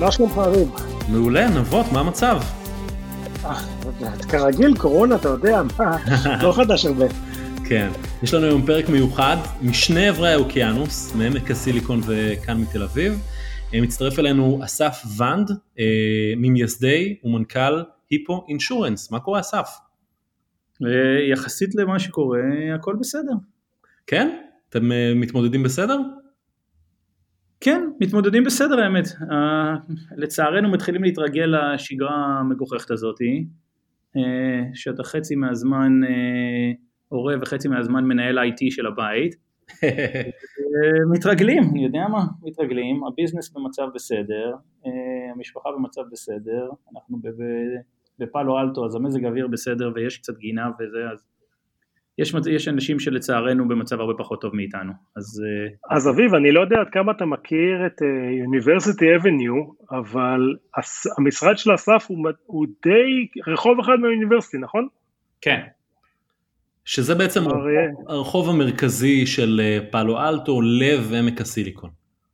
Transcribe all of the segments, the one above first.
מה שלומך אביב? מעולה, נבות, מה המצב? כרגיל, קורונה, אתה יודע, לא חדש הרבה. כן, יש לנו היום פרק מיוחד משני עברי האוקיינוס, מעמק הסיליקון וכאן מתל אביב. מצטרף אלינו אסף ונד, ממייסדי ומנכ"ל היפו אינשורנס. מה קורה אסף? יחסית למה שקורה, הכל בסדר. כן? אתם מתמודדים בסדר? כן, מתמודדים בסדר האמת. לצערנו מתחילים להתרגל לשגרה המגוחכת הזאת, שאתה חצי מהזמן הורה וחצי מהזמן מנהל IT של הבית. מתרגלים, אני יודע מה, מתרגלים, הביזנס במצב בסדר, המשפחה במצב בסדר, אנחנו בפאלו אלטו, אז המזג האוויר בסדר ויש קצת גינה וזה, אז יש אנשים שלצערנו במצב הרבה פחות טוב מאיתנו. אז אביב, אני לא יודע עד כמה אתה מכיר את University Avenue, אבל המשרד של אסף הוא די רחוב אחד מהאוניברסיטי, נכון? כן. שזה בעצם הרחוב המרכזי של פאלו אלטו, לב עמק הסיליקון.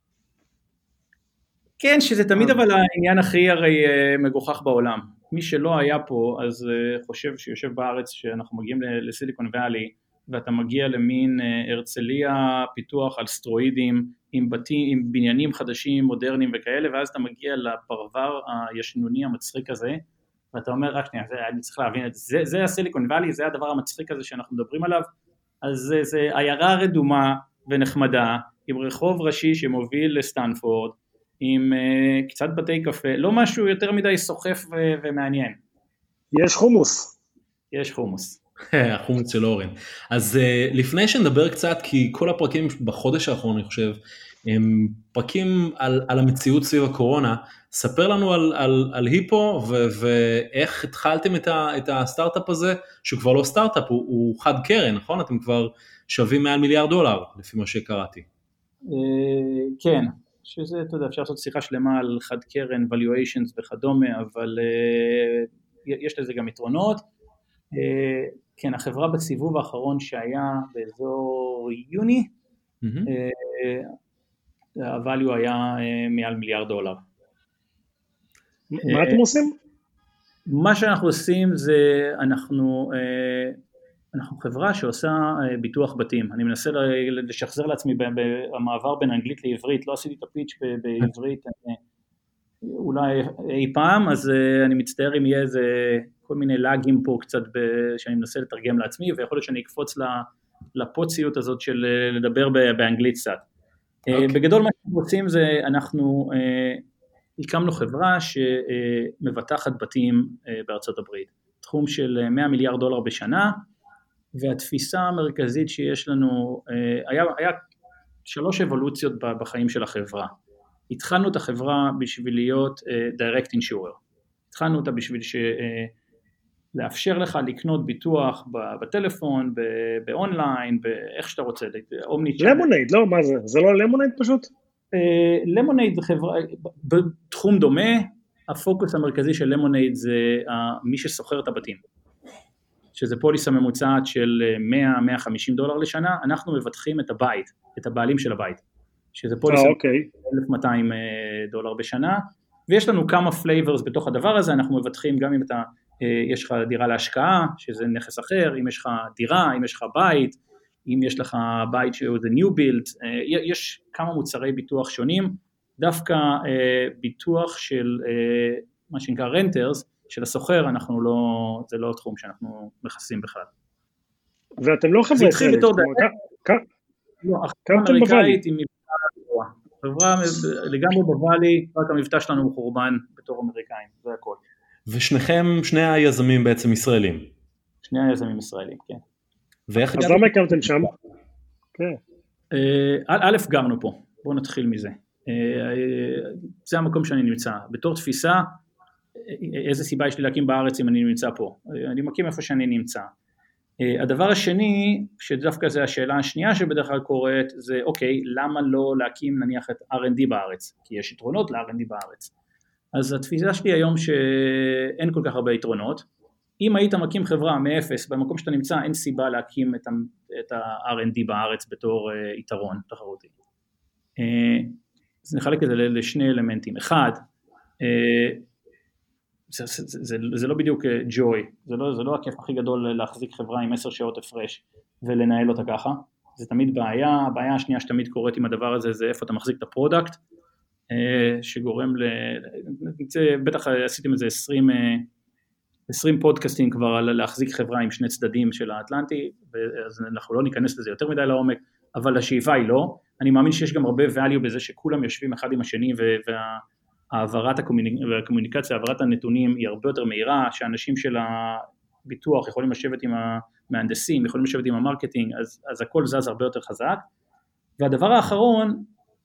כן, שזה תמיד אבל העניין הכי הרי מגוחך בעולם. מי שלא היה פה, אז חושב שיושב בארץ שאנחנו מגיעים לסיליקון ואלי, ואתה מגיע למין הרצליה, פיתוח על סטרואידים, עם בתים, עם בניינים חדשים, מודרניים וכאלה, ואז אתה מגיע לפרבר הישנוני המצחיק הזה, ואתה אומר, רק שנייה, אני צריך להבין את זה, זה הסיליקון ואלי, זה הדבר המצחיק הזה שאנחנו מדברים עליו, אז זה עיירה רדומה ונחמדה, עם רחוב ראשי שמוביל לסטנפורד, עם קצת בתי קפה, לא משהו יותר מדי סוחף ומעניין. יש חומוס. יש חומוס. החומוס של אורן. אז לפני שנדבר קצת, כי כל הפרקים בחודש האחרון, אני חושב, הם פרקים על המציאות סביב הקורונה, ספר לנו על היפו, ואיך התחלתם את הסטארט-אפ הזה, שהוא כבר לא סטארט-אפ, הוא חד קרן, נכון? אתם כבר שווים $100 מיליארד, לפי מה שקראתי. כן. שזה, אתה יודע, אפשר לעשות שיחה שלמה על חד קרן, valuations וכדומה, אבל יש לזה גם יתרונות. כן, החברה בסיבוב האחרון שהיה באזור יוני, ה-value היה מעל $1 מיליארד. מה אתם עושים? מה שאנחנו עושים זה, אנחנו חברה שעושה ביטוח בתים. אני מנסה לשחזר לעצמי במעבר בין אנגלית לעברית, לא עשיתי את הפיץ' בעברית, אולי אי פעם, אז אני מצטער אם יהיה איזה כל מיני לאגים פה קצת שאני מנסה לתרגם לעצמי, ויכול להיות שאני אקפוץ לפוציות הזאת של לדבר באנגלית קצת. בגדול מה שאנחנו עושים זה, אנחנו הקמנו חברה שמבטחת בתים בארצות הברית, תחום של $100 מיליארד בשנה, והתפיסה המרכזית שיש לנו, היה 3 אבולוציות בחיים של החברה. התחלנו את החברה בשביל להיות direct insurer. התחלנו אותה בשביל לאפשר לך לקנות ביטוח בטלפון, באונליין, באיך שאתה רוצה. למונייד, לא, מה זה? זה לא למונייד פשוט? למונייד זה חברה, בתחום דומה, הפוקוס המרכזי של למונייד זה מי שסוחר את הבתים. שזה פוליסה ממוצעת של $100-150 לשנה, אנחנו מבטחים את הבית, את הבעלים של הבית, שזה פוליסה $1,200 בשנה, ויש לנו כמה פלייברס בתוך הדבר הזה, אנחנו מבטחים גם אם יש לך דירה להשקעה, שזה נכס אחר, אם יש לך דירה, אם יש לך בית, אם יש לך בית שהוא the new build, יש כמה מוצרי ביטוח שונים, דווקא ביטוח של מה שנקרא רנטרס, של הסוחר, זה לא תחום שאנחנו מכסים בכלל. ואתם לא חברה ישראלית? לא, החברה אמריקאית היא מבטא גבוה. חברה לגמרי בוואלי, רק המבטא שלנו הוא חורבן בתור אמריקאים, זה הכל. ושניכם, שני היזמים בעצם ישראלים? שני היזמים ישראלים, כן. אז למה הקמתם שם? א', גרנו פה, בואו נתחיל מזה. זה המקום שאני נמצא. בתור תפיסה, איזה סיבה יש לי להקים בארץ אם אני נמצא פה? אני מקים איפה שאני נמצא. הדבר השני, שדווקא זה השאלה השנייה שבדרך כלל קורית, זה אוקיי, למה לא להקים נניח את R&D בארץ? כי יש יתרונות ל-R&D בארץ. אז התפיסה שלי היום שאין כל כך הרבה יתרונות. אם היית מקים חברה מאפס, במקום שאתה נמצא, אין סיבה להקים את ה-R&D בארץ בתור יתרון תחרותי. אז נחלק את זה לשני אלמנטים. אחד, זה לא בדיוק ג'וי, זה לא הכיף הכי גדול להחזיק חברה עם 10 שעות הפרש ולנהל אותה ככה, זה תמיד בעיה. הבעיה השנייה שתמיד קורית עם הדבר הזה זה איפה אתה מחזיק את הפרודקט, שגורם בטח עשיתם איזה 20 פודקאסטים כבר על להחזיק חברה עם שני צדדים של האטלנטי, אז אנחנו לא ניכנס לזה יותר מדי לעומק, אבל השאיפה היא לא. אני מאמין שיש גם הרבה value בזה שכולם יושבים אחד עם השני, והעברת הקומוניקציה, העברת הנתונים היא הרבה יותר מהירה, שאנשים של הביטוח יכולים לשבת עם המהנדסים, יכולים לשבת עם המרקטינג, אז הכל זז הרבה יותר חזק. והדבר האחרון,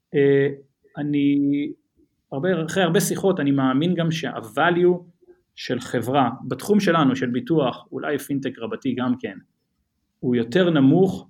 אחרי הרבה שיחות, אני מאמין גם שה-value של חברה, בתחום שלנו, של ביטוח, אולי פינטק רבתי גם כן, הוא יותר נמוך,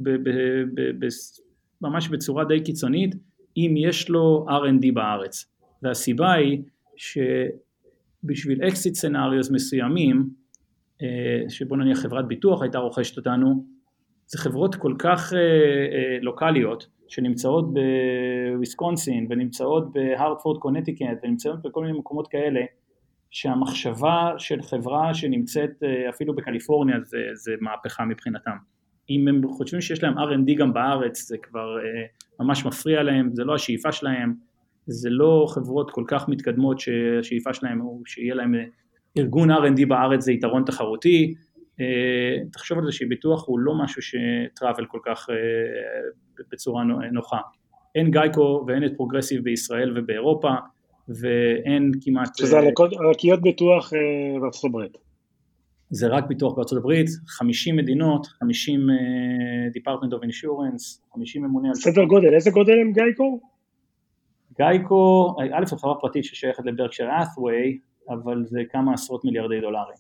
ממש בצורה די קיצונית, אם יש לו R&D בארץ. והסיבה היא שבשביל אקסיט סנריוס מסוימים, שבוא נניח חברת ביטוח הייתה רוכשת אותנו, זה חברות כל כך לוקליות, שנמצאות בוויסקונסין, ונמצאות בהרטפורד קונטיקט, ונמצאות בכל מיני מקומות כאלה, שהמחשבה של חברה שנמצאת אפילו בקליפורניה, זה מהפכה מבחינתם. אם הם חושבים שיש להם R&D גם בארץ, זה כבר ממש מפריע להם, זה לא השאיפה שלהם, זה לא חברות כל כך מתקדמות שהשאיפה שלהם הוא שיהיה להם ארגון R&D בארץ, זה יתרון תחרותי. תחשוב על זה שביטוח הוא לא משהו שטראבל כל כך בצורה נוחה. אין גייקו ואין את פרוגרסיב בישראל ובאירופה, ואין כמעט... שזה ענקיות ביטוח בארצות הברית. זה רק ביטוח בארצות הברית, 50 מדינות, 50 Department of Insurance, 50 ממונה... סדר גודל, איזה גודל הם גייקו? גייקו, א' זו חברה פרטית ששייכת לברקשייר האת'ווי, אבל זה כמה עשרות מיליארדי דולרים.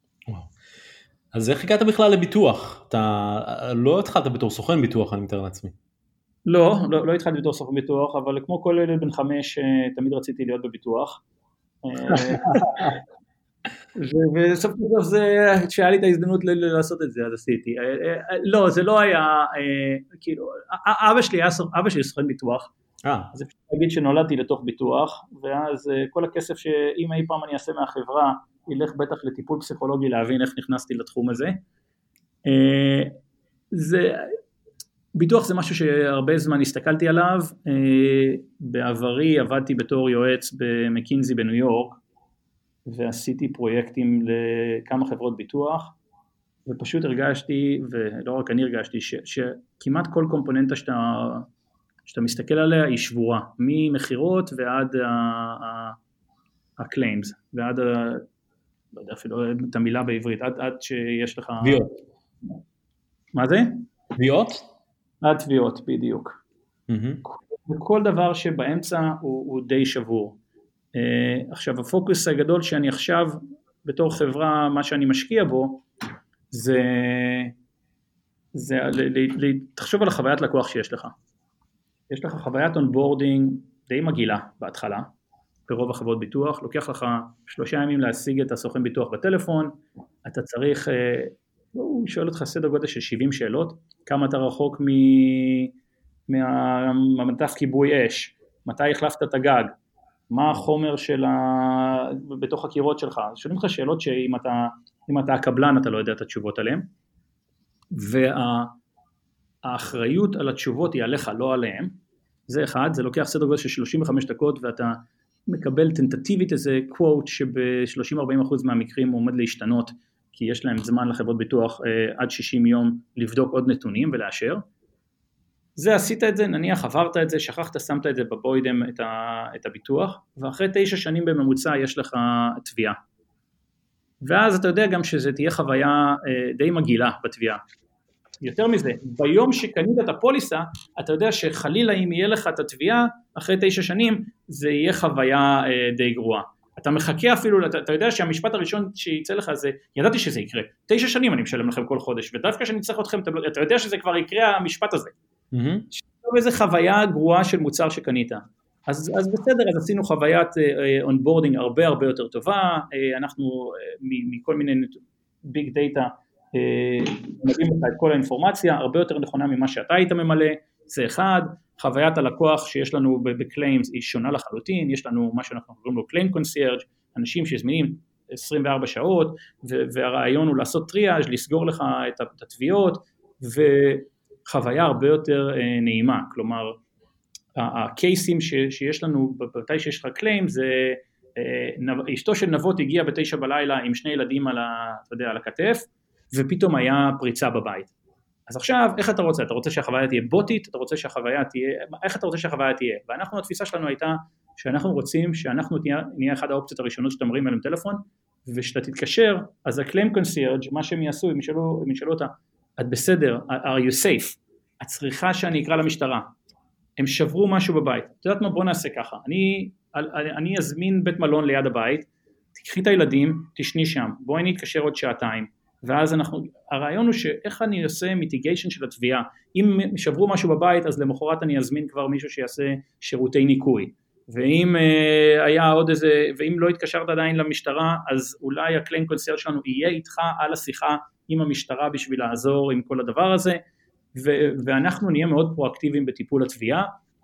אז איך הגעת בכלל לביטוח? אתה לא התחלת בתור סוכן ביטוח, אני מתאר לעצמי. לא התחלתי בתור סוכן ביטוח, אבל כמו כל ילד בן 5, תמיד רציתי להיות בביטוח. וסוף כל זה, שהיה לי את ההזדמנות לעשות את זה, אז עשיתי. לא, זה לא היה, כאילו, אבא שלי סוכן ביטוח, אז אפשר להגיד שנולדתי לתוך ביטוח, ואז כל הכסף שאם אי פעם אני אעשה מהחברה, ילך בטח לטיפול פסיכולוגי להבין איך נכנסתי לתחום הזה. ביטוח זה משהו שהרבה זמן הסתכלתי עליו, בעברי עבדתי בתור יועץ במקינזי בניו יורק, ועשיתי פרויקטים לכמה חברות ביטוח, ופשוט הרגשתי, ולא רק אני הרגשתי, שכמעט כל קומפוננטה שאתה מסתכל עליה היא שבורה, ממחירות ועד ה-claims, ועד, לא יודע אפילו את המילה בעברית, עד שיש לך... תביעות. מה זה? תביעות? עד תביעות, בדיוק. וכל דבר שבאמצע הוא די שבור. עכשיו, הפוקוס הגדול שאני עכשיו, בתור חברה, מה שאני משקיע בו, זה תחשוב על החוויית לקוח שיש לך. יש לך חוויית אונבורדינג די מגעילה בהתחלה, ברוב החברות ביטוח, לוקח לך 3 ימים להשיג את הסוכן ביטוח בטלפון, אתה צריך, הוא שואל אותך סדר גודל של 70 שאלות, כמה אתה רחוק מהמטף כיבוי אש, מתי החלפת את הגג, מה החומר בתוך הקירות שלך, שואלים לך שאלות שאם אתה הקבלן אתה לא יודע את התשובות עליהן, והאחריות על התשובות היא עליך, לא עליהם, זה אחד, זה לוקח סדר גודל של 35 דקות, ואתה מקבל טנטטיבית איזה קוואט שב-30-40% מהמקרים הוא עומד להשתנות, כי יש להם זמן לחברות ביטוח עד 60 יום לבדוק עוד נתונים ולאשר. זה עשית את זה, נניח עברת את זה, שכחת, שמת את זה בבוידם את הביטוח, ואחרי 9 שנים בממוצע יש לך תביעה. ואז אתה יודע גם שזה תהיה חוויה די מגעילה בתביעה. יותר מזה, ביום שקנית את הפוליסה, אתה יודע שחלילה אם יהיה לך את התביעה, אחרי 9 שנים, זה יהיה חוויה די גרועה. אתה מחכה אפילו, אתה יודע שהמשפט הראשון שיצא לך זה, ידעתי שזה יקרה, 9 שנים אני משלם לכם כל חודש, ודווקא שאני צריך אתכם, אתה יודע שזה כבר יקרה המשפט הזה. שתהיה איזו חוויה גרועה של מוצר שקנית. אז בסדר, אז עשינו חוויית אונבורדינג הרבה הרבה יותר טובה, אנחנו מכל מיני ביג דאטה, נביא לך את כל האינפורמציה, הרבה יותר נכונה ממה שאתה היית ממלא, זה אחד, חוויית הלקוח שיש לנו בקליימס היא שונה לחלוטין, יש לנו מה שאנחנו קוראים לו Claim Concierge, אנשים שזמינים 24 שעות, והרעיון הוא לעשות טריאז', לסגור לך את התביעות, וחוויה הרבה יותר נעימה, כלומר, הקייסים שיש לנו, מתי שיש לך קליים, זה אשתו של נבות הגיעה ב9 בלילה עם 2 ילדים על הכתף, ופתאום היה פריצה בבית. אז עכשיו, איך אתה רוצה? אתה רוצה שהחוויה תהיה בוטית? אתה רוצה שהחוויה תהיה, איך אתה רוצה שהחוויה תהיה? ואנחנו, התפיסה שלנו הייתה, שאנחנו רוצים שאנחנו נהיה אחד האופציות הראשונות שאתה מרים עליהם טלפון, ושאתה תתקשר, אז ה-Claim Concierge, מה שהם יעשו, אם ישאלו אותה, את בסדר, are you safe? את צריכה שאני אקרא למשטרה, הם שברו משהו בבית, את יודעת מה, בוא נעשה ככה, אני אזמין בית מלון ליד הבית, תקחי את הילדים, תשני שם, בואי נתקשר עוד 2 שעות, ואז הרעיון הוא שאיך אני עושה מיטיגיישן של התביעה, אם שברו משהו בבית, אז למחרת אני אזמין כבר מישהו שיעשה שירותי ניקוי, ואם היה עוד איזה, ואם לא התקשרת עדיין למשטרה, אז אולי ה-Claim Concierge שלנו יהיה איתך על השיחה עם המשטרה בשביל לעזור עם כל הדבר הזה, ואנחנו נהיה מאוד פרואקטיביים בטיפול התביעה,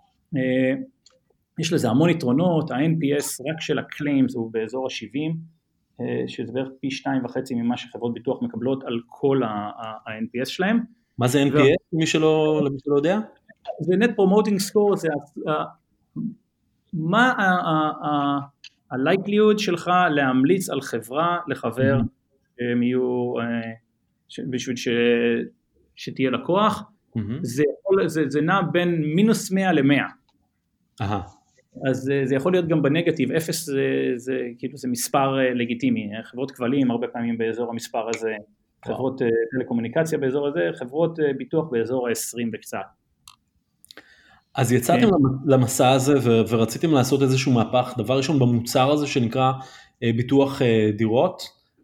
יש לזה המון יתרונות, ה-NPS רק של ה-Claims הוא באזור ה-70, שזה בערך פי 2.5 ממה שחברות ביטוח מקבלות על כל ה-NPS שלהם. מה זה NPS? למי שלא יודע? זה Net Promoting Score, זה מה ה-likelihood שלך להמליץ על חברה לחבר שהם יהיו, בשביל שתהיה לקוח, זה נע בין -100 ל-100. אז זה יכול להיות גם בנגטיב, 0 זה מספר לגיטימי, חברות כבלים הרבה פעמים באזור המספר הזה, חברות טלקומוניקציה באזור הזה, חברות ביטוח באזור ה-20 וקצת. אז יצאתם למסע הזה ורציתם לעשות איזשהו מהפך, דבר ראשון במוצר הזה שנקרא ביטוח דירות,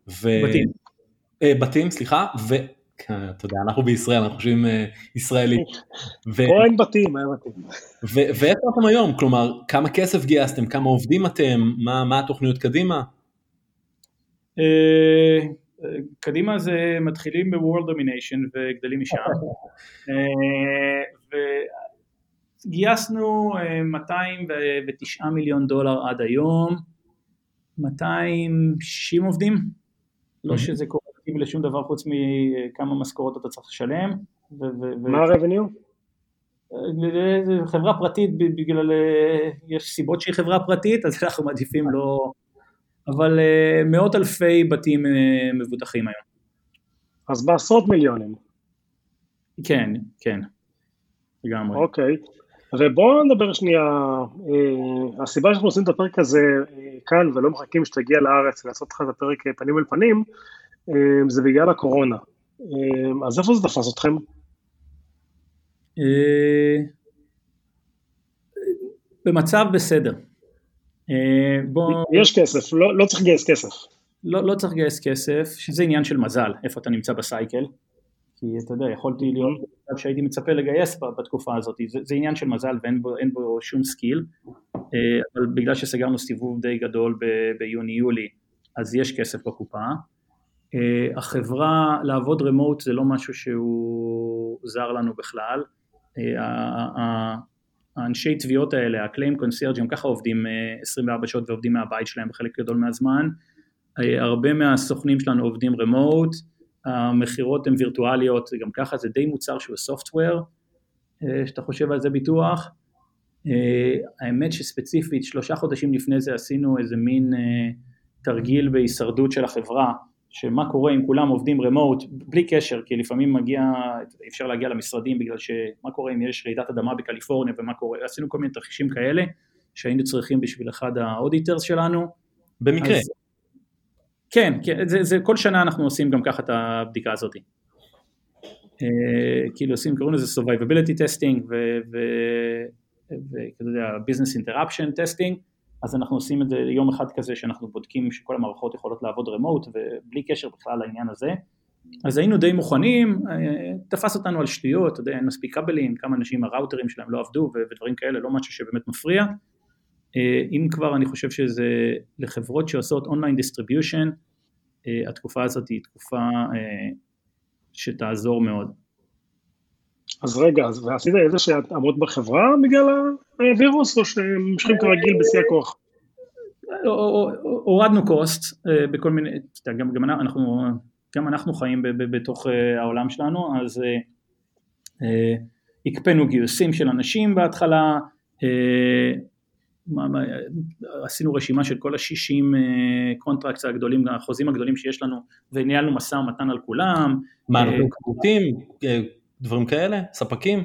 בתים, סליחה, אתה יודע, אנחנו בישראל, אנחנו חושבים ישראלי. פה אין בתים, אין בתים. ואיפה אתם היום? כלומר, כמה כסף גייסתם, כמה עובדים אתם, מה התוכניות קדימה? קדימה זה מתחילים ב-World Domination וגדלים משם. גייסנו $209 מיליון עד היום, 260 עובדים, לא שזה קורה לשום דבר חוץ מכמה משכורות אתה צריך לשלם. מה הרבניו? זה חברה פרטית, בגלל יש סיבות שהיא חברה פרטית, אז אנחנו מעדיפים לא, אבל מאות אלפי בתים מבוטחים היום. אז בעשרות מיליונים. כן, כן, לגמרי. אוקיי, ובואו נדבר שנייה, הסיבה שאנחנו עושים את הפרק הזה כאן, ולא מחכים שתגיע לארץ ולעשות לך את הפרק פנים אל פנים, זה בגלל הקורונה. אז איפה זה תפס אתכם? במצב בסדר. יש כסף, לא צריך לגייס כסף. לא צריך לגייס כסף, שזה עניין של מזל, איפה אתה נמצא בסייקל, כי אתה יודע, יכולתי להיות שהייתי מצפה לגייס בתקופה הזאת, זה עניין של מזל ואין בו שום סקיל, אבל בגלל שסגרנו סיבוב די גדול ביוני-יולי, אז יש כסף בקופה. החברה לעבוד רמוט זה לא משהו שהוא זר לנו בכלל, האנשי תביעות האלה, ה-Claim Concierge, הם ככה עובדים 24 שעות ועובדים מהבית שלהם בחלק גדול מהזמן, הרבה מהסוכנים שלנו עובדים רמוט, המחירות הן וירטואליות, גם ככה זה די מוצר שהוא סופטוור, שאתה חושב על זה ביטוח, האמת שספציפית 3 חודשים לפני זה עשינו איזה מין תרגיל בהישרדות של החברה, שמה קורה אם כולם עובדים רמוט, בלי קשר, כי לפעמים אפשר להגיע למשרדים, בגלל שמה קורה אם יש רעידת אדמה בקליפורניה, ומה קורה, עשינו כל מיני תרחישים כאלה, שהיינו צריכים בשביל אחד האודיטרס שלנו. במקרה. אז, כן, זה כל שנה אנחנו עושים גם ככה את הבדיקה הזאת. כאילו עושים, קוראים לזה survivability testing, וכזה business interruption testing, אז אנחנו עושים את זה יום אחד כזה, שאנחנו בודקים שכל המערכות יכולות לעבוד רמוט, ובלי קשר בכלל לעניין הזה. אז היינו די מוכנים, תפס אותנו על שטויות, אתה יודע, אין מספיק קבלים, כמה אנשים הראוטרים שלהם לא עבדו, ודברים כאלה, לא משהו שבאמת מפריע. אם כבר אני חושב שזה לחברות שעושות אונליין דיסטריביושן, התקופה הזאת היא תקופה שתעזור מאוד. אז רגע, ועשית איזה שהתאמות בחברה בגלל הווירוס, או שהם ממשיכים כרגיל בשיא הכוח? הורדנו קוסט בכל מיני, גם אנחנו חיים בתוך העולם שלנו, אז הקפאנו גיוסים של אנשים בהתחלה, עשינו רשימה של כל ה-60 קונטרקטס הגדולים, החוזים הגדולים שיש לנו, וניהלנו משא ומתן על כולם. מה, אנחנו קבוצים, דברים כאלה, ספקים?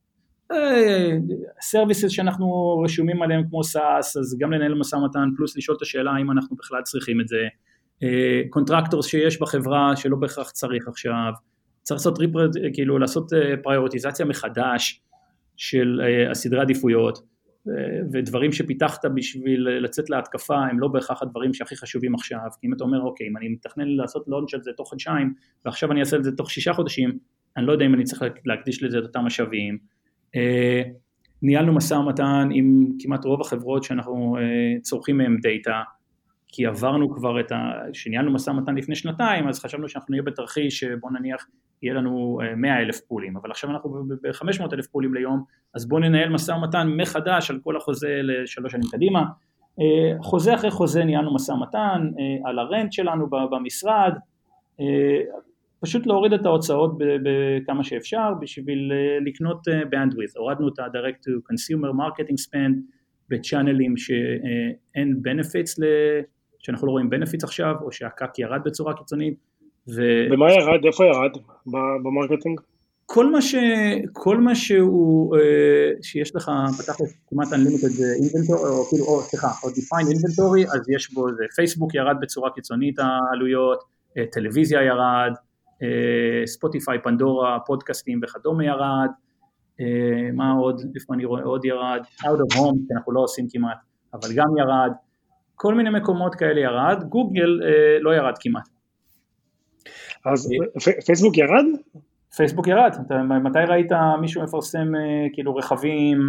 סרוויסס שאנחנו רשומים עליהם כמו סאס, אז גם לנהל משא ומתן, פלוס לשאול את השאלה האם אנחנו בכלל צריכים את זה, קונטרקטורס שיש בחברה שלא בהכרח צריך עכשיו, צריך לעשות פריוריטיזציה מחדש של הסדרי עדיפויות, ודברים שפיתחת בשביל לצאת להתקפה הם לא בהכרח הדברים שהכי חשובים עכשיו, כי אם אתה אומר אוקיי, אם אני מתכנן לעשות לונץ' על זה תוך חודשיים, ועכשיו אני אעשה את זה תוך 6 חודשים, אני לא יודע אם אני צריך להקדיש לזה את אותם משאבים. ניהלנו משא ומתן עם כמעט רוב החברות שאנחנו צורכים מהם דאטה, כי עברנו כבר שניהלנו משא ומתן לפני 2 אז חשבנו שאנחנו נהיה בתרחיש שבוא נניח יהיה לנו 100,000 פולים, אבל עכשיו אנחנו ב-500,000 פולים ליום, אז בוא ננהל משא ומתן מחדש על כל החוזה ל3 שנים קדימה, חוזה אחרי חוזה ניהלנו משא ומתן, על הרנט שלנו במשרד, פשוט להוריד את ההוצאות בכמה שאפשר, בשביל לקנות bandwidth, הורדנו את ה-direct to consumer marketing spend, בצ'אנלים שאין benefits, שאנחנו לא רואים benefits עכשיו, או שהקק ירד בצורה קיצונית. במה ירד? איפה ירד? במרקטינג? כל מה שהוא, שיש לך פתח כמעט unlimited inventory, או כאילו, או defined inventory, אז יש בו, פייסבוק ירד בצורה קיצונית העלויות, טלוויזיה ירד, ספוטיפיי, פנדורה, פודקאסטים וכדומה ירד, מה עוד, איפה אני רואה עוד ירד, out of home, שאנחנו לא עושים כמעט, אבל גם ירד, כל מיני מקומות כאלה ירד, גוגל לא ירד כמעט. אז פייסבוק ירד? פייסבוק ירד, מתי ראית מישהו מפרסם כאילו רכבים,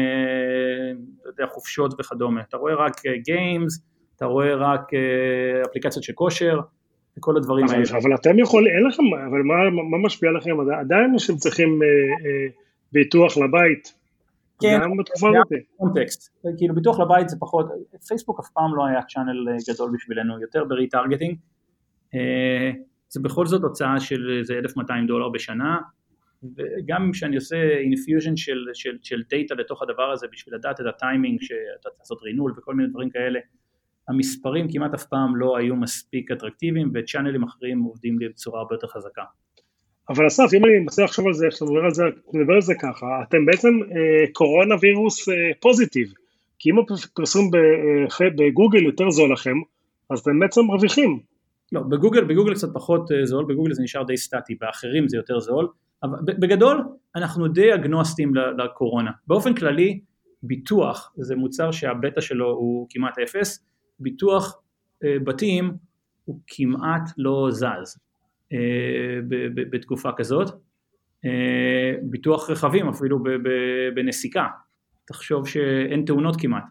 חופשות וכדומה, אתה רואה רק גיימס, אתה רואה רק אפליקציות של כושר, וכל הדברים האלה. אבל אתם יכולים, אין לכם, אבל מה משפיע לכם? עדיין אתם צריכים ביטוח לבית, כן, גם בתקופה הזאת. קונטקסט, כאילו ביטוח לבית זה פחות, פייסבוק אף פעם לא היה צ'אנל גדול בשבילנו, יותר בריטרגטינג, זה בכל זאת הוצאה של איזה $1,200 בשנה, וגם כשאני עושה infusion של דאטה לתוך הדבר הזה, בשביל לדעת את הטיימינג, שאתה תעשות רינול וכל מיני דברים כאלה, המספרים כמעט אף פעם לא היו מספיק אטרקטיביים, וצ'אנלים אחרים עובדים לי בצורה הרבה יותר חזקה. אבל אסף, אם אני מנסה לחשוב על זה, נדבר על זה ככה, אתם בעצם קורונה וירוס פוזיטיב, כי אם הפרסום בגוגל יותר זול לכם, אז אתם בעצם מרוויחים. לא, בגוגל קצת פחות זול, בגוגל זה נשאר די סטטי, באחרים זה יותר זול, אבל בגדול אנחנו די אגנוסטים לקורונה. באופן כללי, ביטוח זה מוצר שהבטא שלו הוא כמעט 0, ביטוח בתים הוא כמעט לא זז בתקופה כזאת, ביטוח רכבים אפילו בנסיקה, תחשוב שאין תאונות כמעט,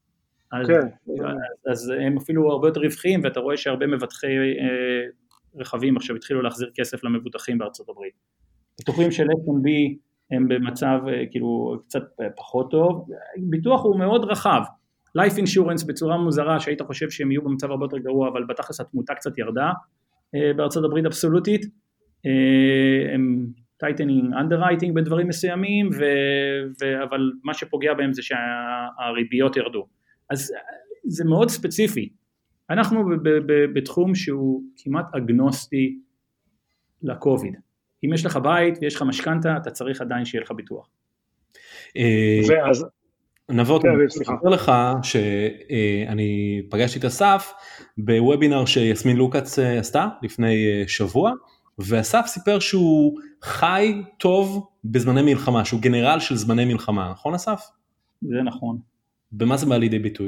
אז הם אפילו הרבה יותר רווחיים, ואתה רואה שהרבה מבטחי רכבים עכשיו התחילו להחזיר כסף למבוטחים בארצות הברית. ביטוחים של S&B הם במצב כאילו קצת פחות טוב, ביטוח הוא מאוד רחב, life insurance בצורה מוזרה שהיית חושב שהם יהיו במצב הרבה יותר גרוע, אבל בתכלס התמותה קצת ירדה בארצות הברית אבסולוטית, הם tightening underwriting בדברים מסוימים, אבל מה שפוגע בהם זה שהריביות ירדו. אז זה מאוד ספציפי. אנחנו בתחום שהוא כמעט אגנוסטי לקוביד. אם יש לך בית ויש לך משכנתה, אתה צריך עדיין שיהיה לך ביטוח. ואז... נבוא לך שאני פגשתי את אסף בוובינר שיסמין לוקאץ עשתה לפני שבוע, ואסף סיפר שהוא חי טוב בזמני מלחמה, שהוא גנרל של זמני מלחמה, נכון אסף? זה נכון. במה זה בא לידי ביטוי?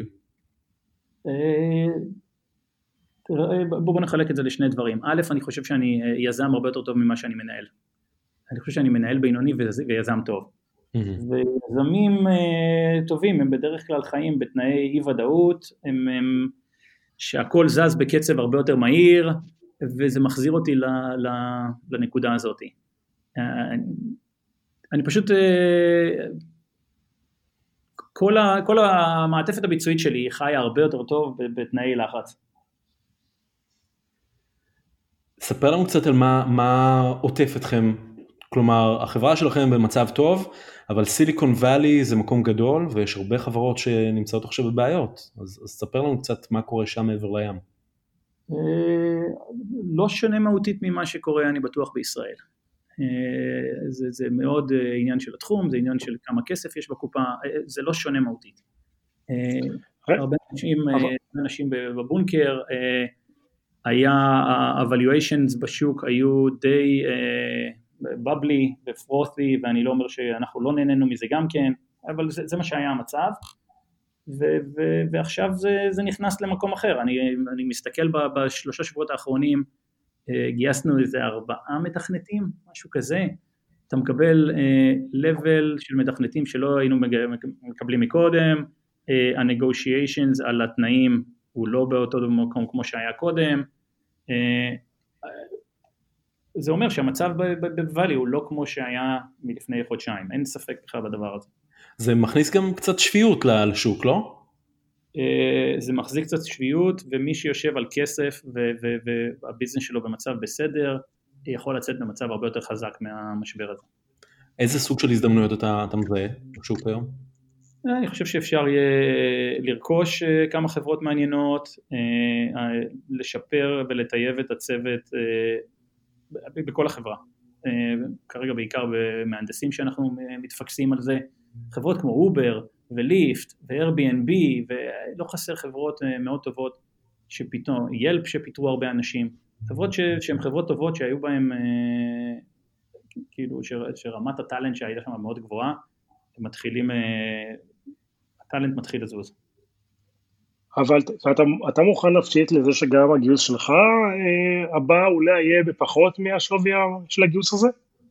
בואו נחלק את זה לשני דברים. א', אני חושב שאני יזם הרבה יותר טוב ממה שאני מנהל. אני חושב שאני מנהל בינוני ויזם טוב. ויזמים טובים הם בדרך כלל חיים בתנאי אי ודאות, הם שהכל זז בקצב הרבה יותר מהיר, וזה מחזיר אותי לנקודה הזאת. אני פשוט, כל המעטפת הביצועית שלי חיה הרבה יותר טוב בתנאי לחץ. ספר לנו קצת על מה עוטף אתכם, כלומר החברה שלכם במצב טוב, אבל סיליקון ואלי זה מקום גדול ויש הרבה חברות שנמצאות עכשיו בבעיות, אז ספר לנו קצת מה קורה שם מעבר לים. לא שונה מהותית ממה שקורה אני בטוח בישראל. זה מאוד עניין של התחום, זה עניין של כמה כסף יש בקופה, זה לא שונה מהותית. הרבה אנשים בבונקר, היה ה-evaluations בשוק היו די בבלי ופרותי, ואני לא אומר שאנחנו לא נהנינו מזה גם כן, אבל זה מה שהיה המצב, ועכשיו זה נכנס למקום אחר. אני מסתכל בשלושה שבועות האחרונים, גייסנו איזה 4 מתכנתים, משהו כזה, אתה מקבל level של מתכנתים שלא היינו מקבלים מקודם, ה-negotiations על התנאים הוא לא באותו מקום כמו שהיה קודם, זה אומר שהמצב בוואלי הוא לא כמו שהיה מלפני חודשיים, אין ספק בכלל בדבר הזה. זה מכניס גם קצת שפיות לשוק, לא? זה מחזיק קצת שפיות, ומי שיושב על כסף והביזנס שלו במצב בסדר, יכול לצאת במצב הרבה יותר חזק מהמשבר הזה. איזה סוג של הזדמנויות אתה מזהה בשוק היום? אני חושב שאפשר יהיה לרכוש כמה חברות מעניינות, לשפר ולטייב את הצוות בכל החברה. כרגע בעיקר במהנדסים שאנחנו מתפקסים על זה, חברות כמו אובר וליפט ו-Airbnb, ולא חסר חברות מאוד טובות שפתאום, ילפ שפיתרו הרבה אנשים, חברות שהן חברות טובות שהיו בהן, כאילו שרמת הטלנט שהייתה שם מאוד גבוהה, מתחילים, הטלנט מתחיל לזוז. אבל אתה מוכן נפשית לזה שגם הגיוס שלך הבא אולי יהיה בפחות מהשווי של הגיוס הזה?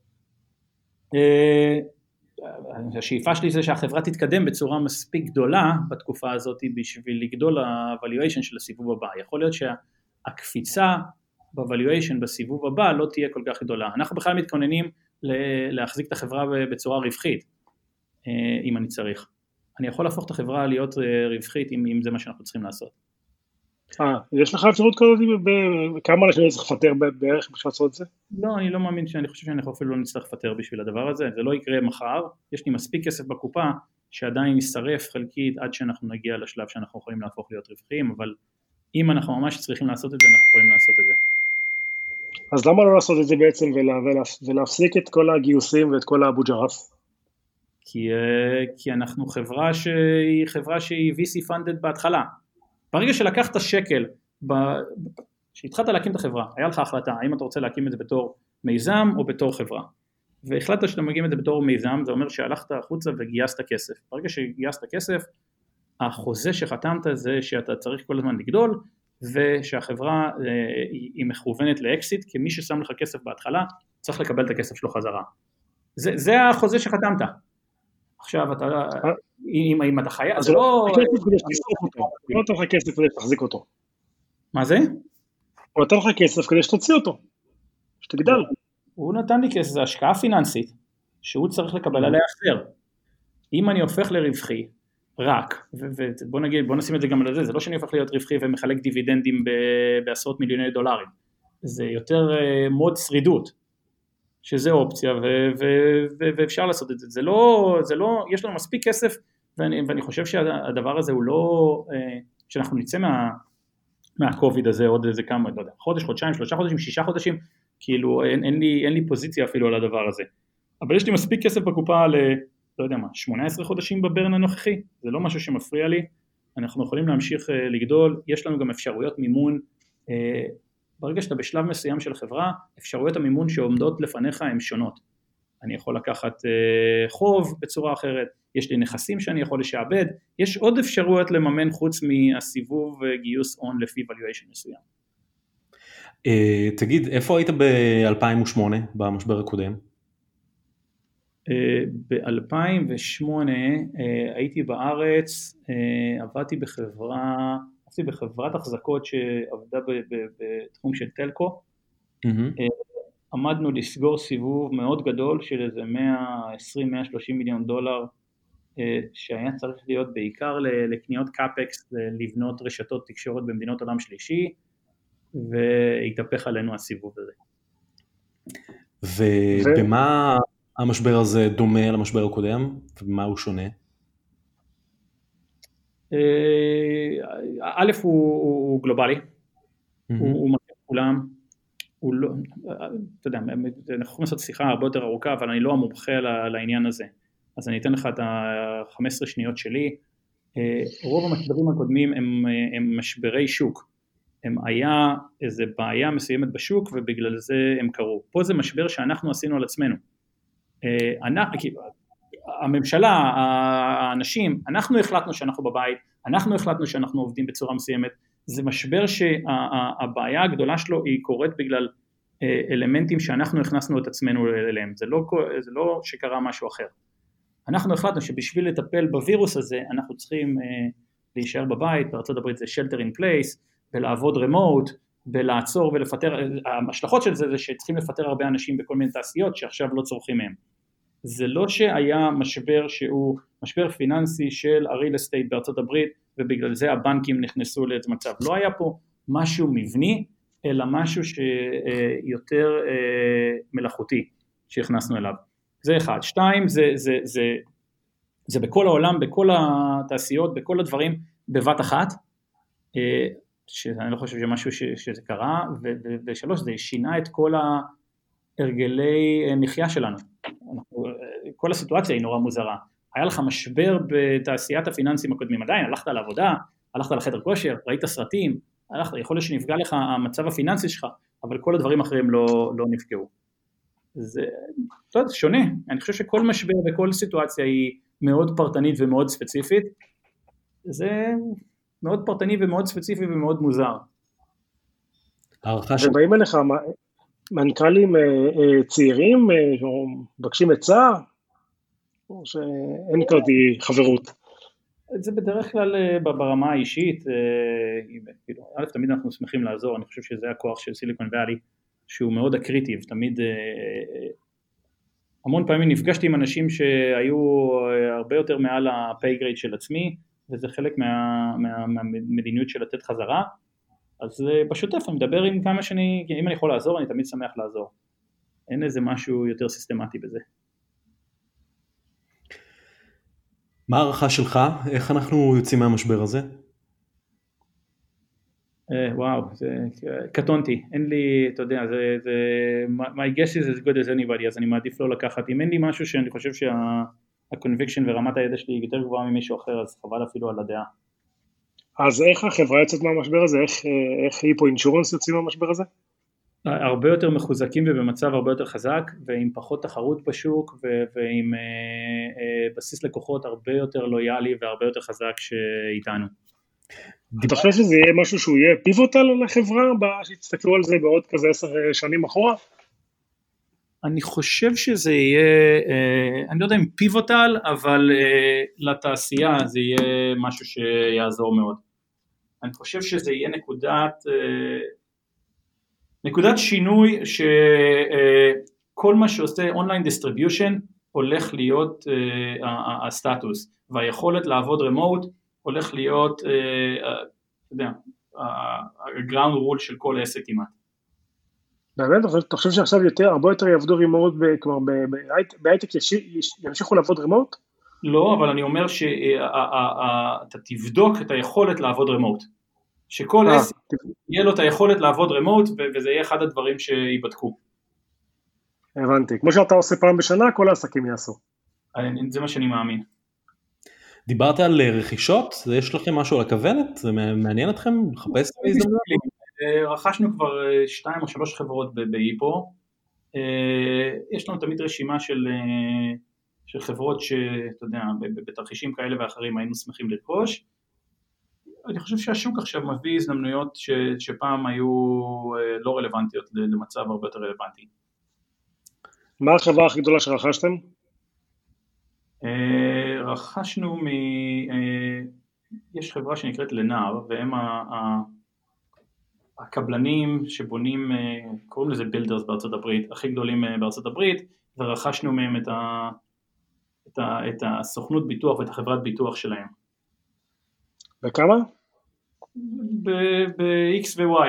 השאיפה שלי זה שהחברה תתקדם בצורה מספיק גדולה בתקופה הזאת בשביל לגדול ה-valuation של הסיבוב הבא. יכול להיות שהקפיצה ב-valuation בסיבוב הבא לא תהיה כל כך גדולה. אנחנו בכלל מתכוננים להחזיק את החברה בצורה רווחית, אם אני צריך. אני יכול להפוך את החברה להיות רווחית אם זה מה שאנחנו צריכים לעשות. יש לך אפשרות כזאת? כמה אנשים צריך לפטר בערך בשביל לעשות את זה? לא, אני לא מאמין, אני חושב שאנחנו אפילו לא נצטרך לפטר בשביל הדבר הזה, זה לא יקרה מחר, יש לי מספיק כסף בקופה שעדיין ישרף חלקית עד שאנחנו נגיע לשלב שאנחנו יכולים להפוך להיות רווחיים, אבל אם אנחנו ממש צריכים לעשות את זה, אנחנו יכולים לעשות את זה. אז למה לא לעשות את זה בעצם ולהפסיק את כל הגיוסים ואת כל האבו ג'רף? כי אנחנו חברה שהיא VC funded בהתחלה. ברגע שלקחת שקל, שהתחלת להקים את החברה, היה לך החלטה, האם אתה רוצה להקים את זה בתור מיזם או בתור חברה. והחלטת שאתה מקים את זה בתור מיזם, זה אומר שהלכת החוצה וגייסת כסף. ברגע שגייסת כסף, החוזה שחתמת זה שאתה צריך כל הזמן לגדול, ושהחברה היא מכוונת לאקסיט, כי מי ששם לך כסף בהתחלה, צריך לקבל את הכסף שלו חזרה. זה החוזה שחתמת. עכשיו אתה, אם אתה חייב, זה לא... הוא נותן לך כסף כדי שתחזיק אותו. מה זה? הוא נותן לך כסף כדי שתוציא אותו, שתגדל. הוא נתן לי כסף, זה השקעה פיננסית, שהוא צריך לקבל עליה החזר. אם אני הופך לרווחי, רק, ובוא נשים את זה גם על זה, זה לא שאני הופך להיות רווחי ומחלק דיבידנדים בעשרות מיליוני דולרים, זה יותר מוד שרידות. שזה אופציה, ואפשר לעשות את זה. זה לא, יש לנו מספיק כסף, ואני חושב שהדבר הזה הוא לא, שאנחנו נצא מהקוביד הזה עוד איזה כמה, לא יודע, חודש, חודשיים, 3 חודשים, 6 חודשים, כאילו אין לי פוזיציה אפילו על הדבר הזה. אבל יש לי מספיק כסף בקופה לא יודע מה, 18 חודשים בברן הנוכחי, זה לא משהו שמפריע לי, אנחנו יכולים להמשיך לגדול, יש לנו גם אפשרויות מימון, ברגע שאתה בשלב מסוים של חברה, אפשרויות המימון שעומדות לפניך הן שונות. אני יכול לקחת חוב בצורה אחרת, יש לי נכסים שאני יכול לשעבד, יש עוד אפשרויות לממן חוץ מהסיבוב גיוס הון לפי valuation מסוים. תגיד, איפה היית ב-2008 במשבר הקודם? ב-2008 הייתי בארץ, עבדתי בחברת החזקות שעבדה בתחום של טלקו, עמדנו לסגור סיבוב מאוד גדול של איזה 120-130 מיליון דולר, שהיה צריך להיות בעיקר לקניות קאפקס, לבנות רשתות תקשורת במדינות עולם שלישי, והתהפך עלינו הסיבוב הזה. ובמה המשבר הזה דומה למשבר הקודם, ובמה הוא שונה? א' הוא גלובלי, הוא מכיר כולם, הוא לא, אתה יודע, אנחנו יכולים לעשות שיחה הרבה יותר ארוכה, אבל אני לא המומחה לעניין הזה, אז אני אתן לך את ה-15 שניות שלי. רוב המשברים הקודמים הם משברי שוק, הם היה איזה בעיה מסוימת בשוק ובגלל זה הם קרו. פה זה משבר שאנחנו עשינו על עצמנו. הממשלה, האנשים, אנחנו החלטנו שאנחנו בבית, אנחנו החלטנו שאנחנו עובדים בצורה מסוימת, זה משבר שהבעיה הגדולה שלו היא קורית בגלל אלמנטים שאנחנו הכנסנו את עצמנו אליהם, זה לא שקרה משהו אחר. אנחנו החלטנו שבשביל לטפל בווירוס הזה אנחנו צריכים להישאר בבית, בארצות הברית זה shelter in place, ולעבוד remote, ולעצור ולפטר, ההשלכות של זה שצריכים לפטר הרבה אנשים בכל מיני תעשיות שעכשיו לא צורכים מהם. זה לא שהיה משבר שהוא משבר פיננסי של הריל אסטייט בארצות הברית, ובגלל זה הבנקים נכנסו לאיזה מצב. לא היה פה משהו מבני, אלא משהו שיותר מלאכותי שהכנסנו אליו. זה אחד. שתיים, זה בכל העולם, בכל התעשיות, בכל הדברים, בבת אחת, שאני לא חושב שמשהו שזה קרה, ושלוש, זה שינה את כל הרגלי מחיה שלנו. כל הסיטואציה היא נורא מוזרה. היה לך משבר בתעשיית הפיננסים הקודמים, עדיין הלכת לעבודה, הלכת לחדר כושר, ראית סרטים, יכול להיות שנפגע לך המצב הפיננסי שלך, אבל כל הדברים אחרים לא נפגעו. זה שונה, אני חושב שכל משבר וכל סיטואציה היא מאוד פרטנית ומאוד ספציפית, זה מאוד פרטני ומאוד ספציפי ומאוד מוזר. ובאים אליך מנכ"לים צעירים מבקשים עצה, או שאין כזאת חברות? זה בדרך כלל ברמה האישית, א', תמיד אנחנו שמחים לעזור, אני חושב שזה הכוח של סיליקון ואלי, שהוא מאוד אקריטיב, תמיד, המון פעמים נפגשתי עם אנשים שהיו הרבה יותר מעל ה-pay grade של עצמי, וזה חלק מהמדיניות של לתת חזרה, אז בשוטף אני מדבר עם כמה אם אני יכול לעזור, אני תמיד שמח לעזור. אין איזה משהו יותר סיסטמטי בזה. מה הערכה שלך? איך אנחנו יוצאים מהמשבר הזה? וואו, קטונתי, אין לי, אתה יודע, my guess is as good as anybody, אז אני מעדיף לא לקחת, אם אין לי משהו שאני חושב שה-conviction ורמת הידע שלי היא יותר גבוהה ממישהו אחר, אז חבל אפילו על הדעה. אז איך החברה יוצאת מהמשבר הזה? איך היפו אינשורנס יוצאים מהמשבר הזה? הרבה יותר מחוזקים ובמצב הרבה יותר חזק, ועם פחות תחרות בשוק, ועם בסיס לקוחות הרבה יותר לויאלי והרבה יותר חזק שאיתנו. אתה חושב שזה יהיה משהו שהוא יהיה פיבוטל לחברה, שיתסתכלו על זה בעוד כזה 10 שנים אחורה? אני חושב שזה יהיה, אני לא יודע אם פיבוטל, אבל לתעשייה זה יהיה משהו שיעזור מאוד. אני חושב שזה יהיה נקודת שינוי שכל מה שעושה אונליין דיסטריביושן הולך להיות הסטטוס, והיכולת לעבוד רמוט הולך להיות, אתה יודע, הגראונד רול של כל עסק כמעט. באמת, אתה חושב שעכשיו הרבה יותר יעבדו רימוט, כלומר בהייטק ימשיכו לעבוד רימוט? לא, אבל אני אומר שאתה תבדוק את היכולת לעבוד רימוט. שכל עסק יהיה לו את היכולת לעבוד רימוט, וזה יהיה אחד הדברים שיבדקו. הבנתי, כמו שאתה עושה פעם בשנה, כל העסקים יעשו. זה מה שאני מאמין. דיברת על רכישות, יש לכם משהו על הכוונת? זה מעניין אתכם? לחפש בהזדמנות? רכשנו כבר 2 או 3 חברות בהיפו, יש לנו תמיד רשימה של חברות שאתה יודע, בתרחישים כאלה ואחרים היינו שמחים לרכוש, אני חושב שהשוק עכשיו מביא הזדמנויות שפעם היו לא רלוונטיות למצב הרבה יותר רלוונטי. מה החברה הכי גדולה שרכשתם? רכשנו יש חברה שנקראת לנער, והם הקבלנים שבונים, קוראים לזה בילדרס בארצות הברית, הכי גדולים בארצות הברית, ורכשנו מהם את הסוכנות ביטוח ואת החברת ביטוח שלהם. בכמה? ב-X ו-Y.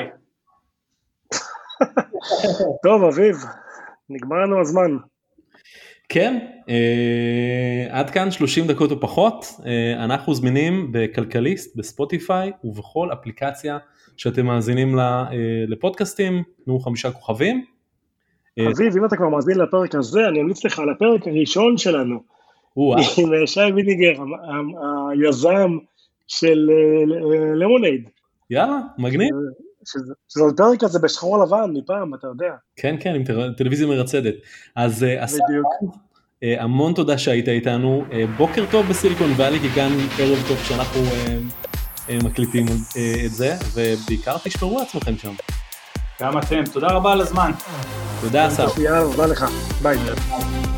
טוב, אביב, נגמר לנו הזמן. כן, עד כאן 30 דקות או פחות, אנחנו זמינים בכלכליסט, בספוטיפיי ובכל אפליקציה שאתם מאזינים לפודקאסטים, תנו 5 כוכבים. אביב, אם אתה כבר מאזין לפרק הזה, אני אמליץ לך על הפרק הראשון שלנו, עם שי וידיגר, היזם של למונייד. יאללה, מגניב. שזה פרק הזה בשחור לבן מפעם, אתה יודע. כן, כן, עם טלוויזיה מרצדת. אז המון תודה שהיית איתנו, בוקר טוב בסיליקון ואלי, כי כאן ערב טוב כשאנחנו מקליטים את זה, ובעיקר תשמרו עצמכם שם. גם אתם, תודה רבה על הזמן. תודה אסף. יאללה, תודה לך, ביי.